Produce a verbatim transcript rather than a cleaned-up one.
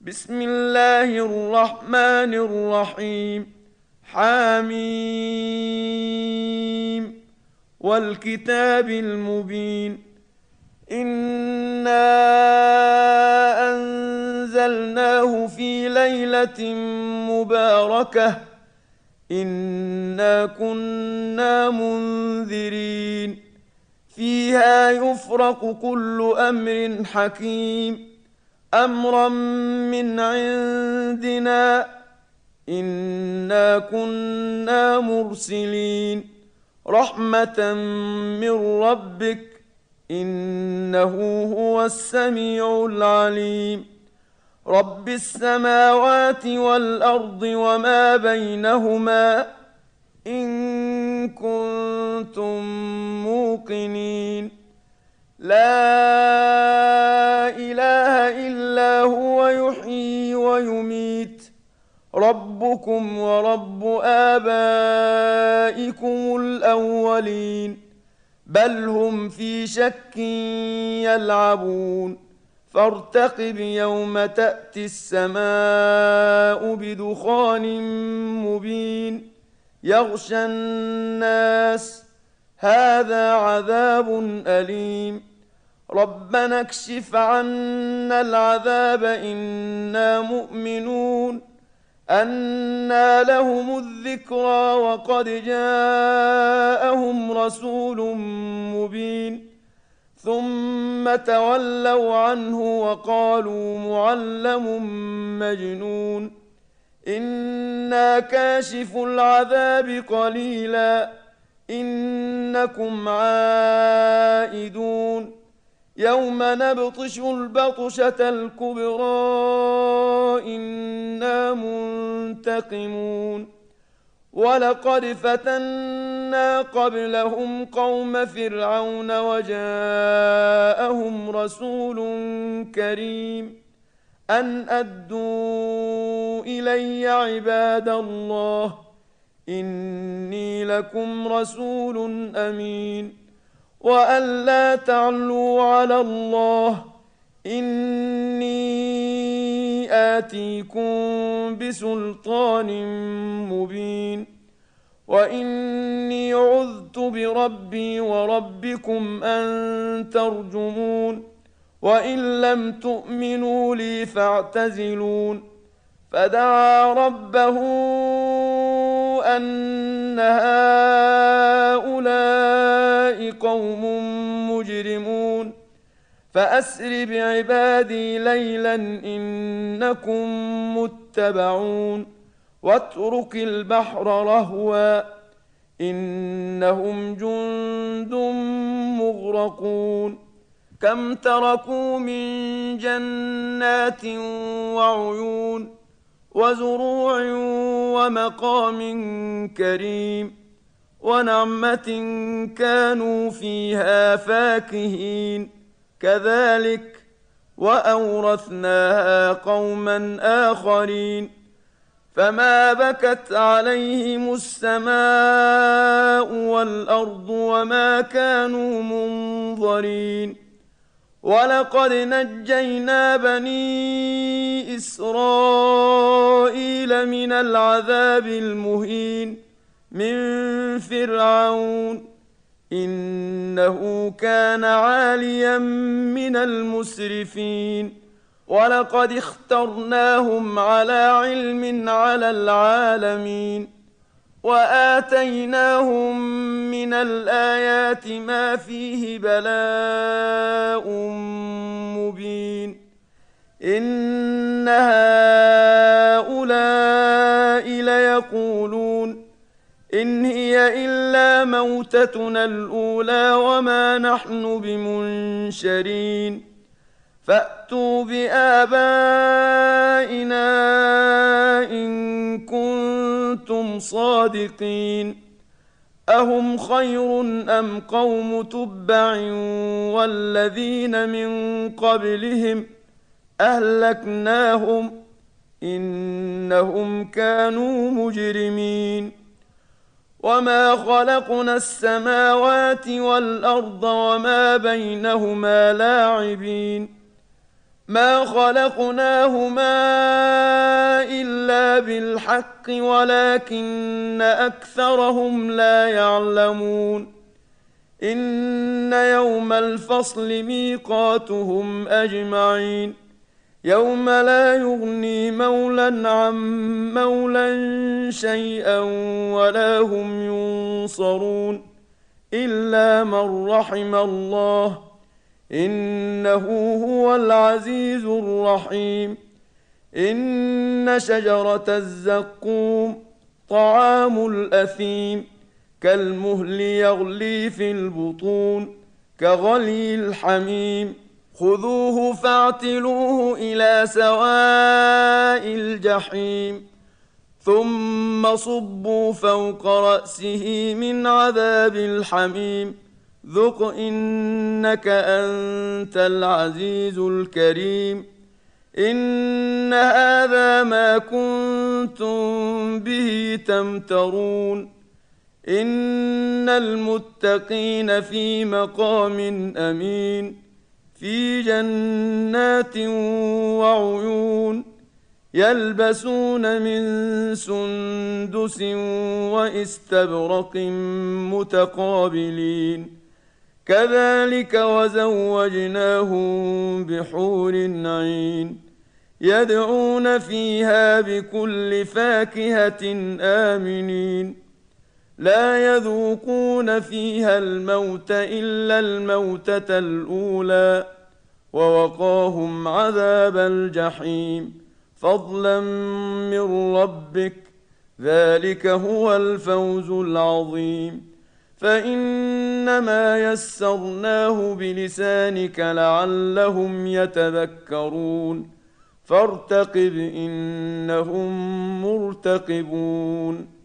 بسم الله الرحمن الرحيم. حاميم والكتاب المبين. إنا أنزلناه في ليلة مباركة إنا كنا منذرين فيها يفرق كل أمر حكيم أمرا من عندنا إنا كنا مرسلين رحمة من ربك إنه هو السميع العليم رب السماوات والأرض وما بينهما إن كنتم موقنين لا إله إلا هو يحيي ويميت ربكم ورب آبائكم الأولين بل هم في شك يلعبون فارتقب يوم تأتي السماء بدخان مبين يغشى الناس هذا عذاب أليم ربنا اكشف عنا العذاب إنا مؤمنون أنى لهم الذكرى وقد جاءهم رسول مبين ثم تولوا عنه وقالوا معلم مجنون إنا كاشف العذاب قليلا إنكم عائدون يوم نبطش البطشة الكبرى إنا منتقمون ولقد فتنا قبلهم قوم فرعون وجاءهم رسول كريم أن أدوا إلي عباد الله إني لكم رسول أمين وأن لا تعلوا على الله إني آتيكم بسلطان مبين وإني عذت بربي وربكم أن ترجمون وإن لم تؤمنوا لي فاعتزلون فدعا ربه أن هؤلاء قوم مجرمون فأسر بعبادي ليلا إنكم متبعون واترك البحر رهوا إنهم جند مغرقون كم تركوا من جنات وعيون وزروع ومقام كريم ونعمة كانوا فيها فاكهين كذلك وأورثناها قوما آخرين فما بكت عليهم السماء والأرض وما كانوا منظرين ولقد نجينا بني إسرائيل من العذاب المهين من فرعون إنه كان عاليا من المسرفين ولقد اخترناهم على علم على العالمين وآتيناهم من الآيات ما فيه بلاء مبين إن هؤلاء ليقولون إن هي إلا موتتنا الأولى وما نحن بمنشرين فأتوا بآبائنا إن كنتم صادقين أهم خير أم قوم تبع والذين من قبلهم أهلكناهم إنهم كانوا مجرمين وما خلقنا السماوات والأرض وما بينهما لاعبين ما خلقناهما إلا بالحق ولكن أكثرهم لا يعلمون إن يوم الفصل ميقاتهم أجمعين يوم لا يغني مولى عن مولى شيئا ولا هم ينصرون إلا من رحم الله إنه هو العزيز الرحيم إن شجرة الزقوم طعام الأثيم كالمهل يغلي في البطون كغلي الحميم خذوه فاعتلوه إلى سواء الجحيم ثم صبوا فوق رأسه من عذاب الحميم ذق إنك أنت العزيز الكريم إن هذا ما كنتم به تمترون إن المتقين في مقام أمين في جنات وعيون يلبسون من سندس واستبرق متقابلين كذلك وزوجناهم بحور عين يدعون فيها بكل فاكهة آمنين لا يذوقون فيها الموت إلا الموتة الأولى ووقاهم عذاب الجحيم فضلا من ربك ذلك هو الفوز العظيم فإنما يسرناه بلسانك لعلهم يتذكرون فارتقب إنهم مرتقبون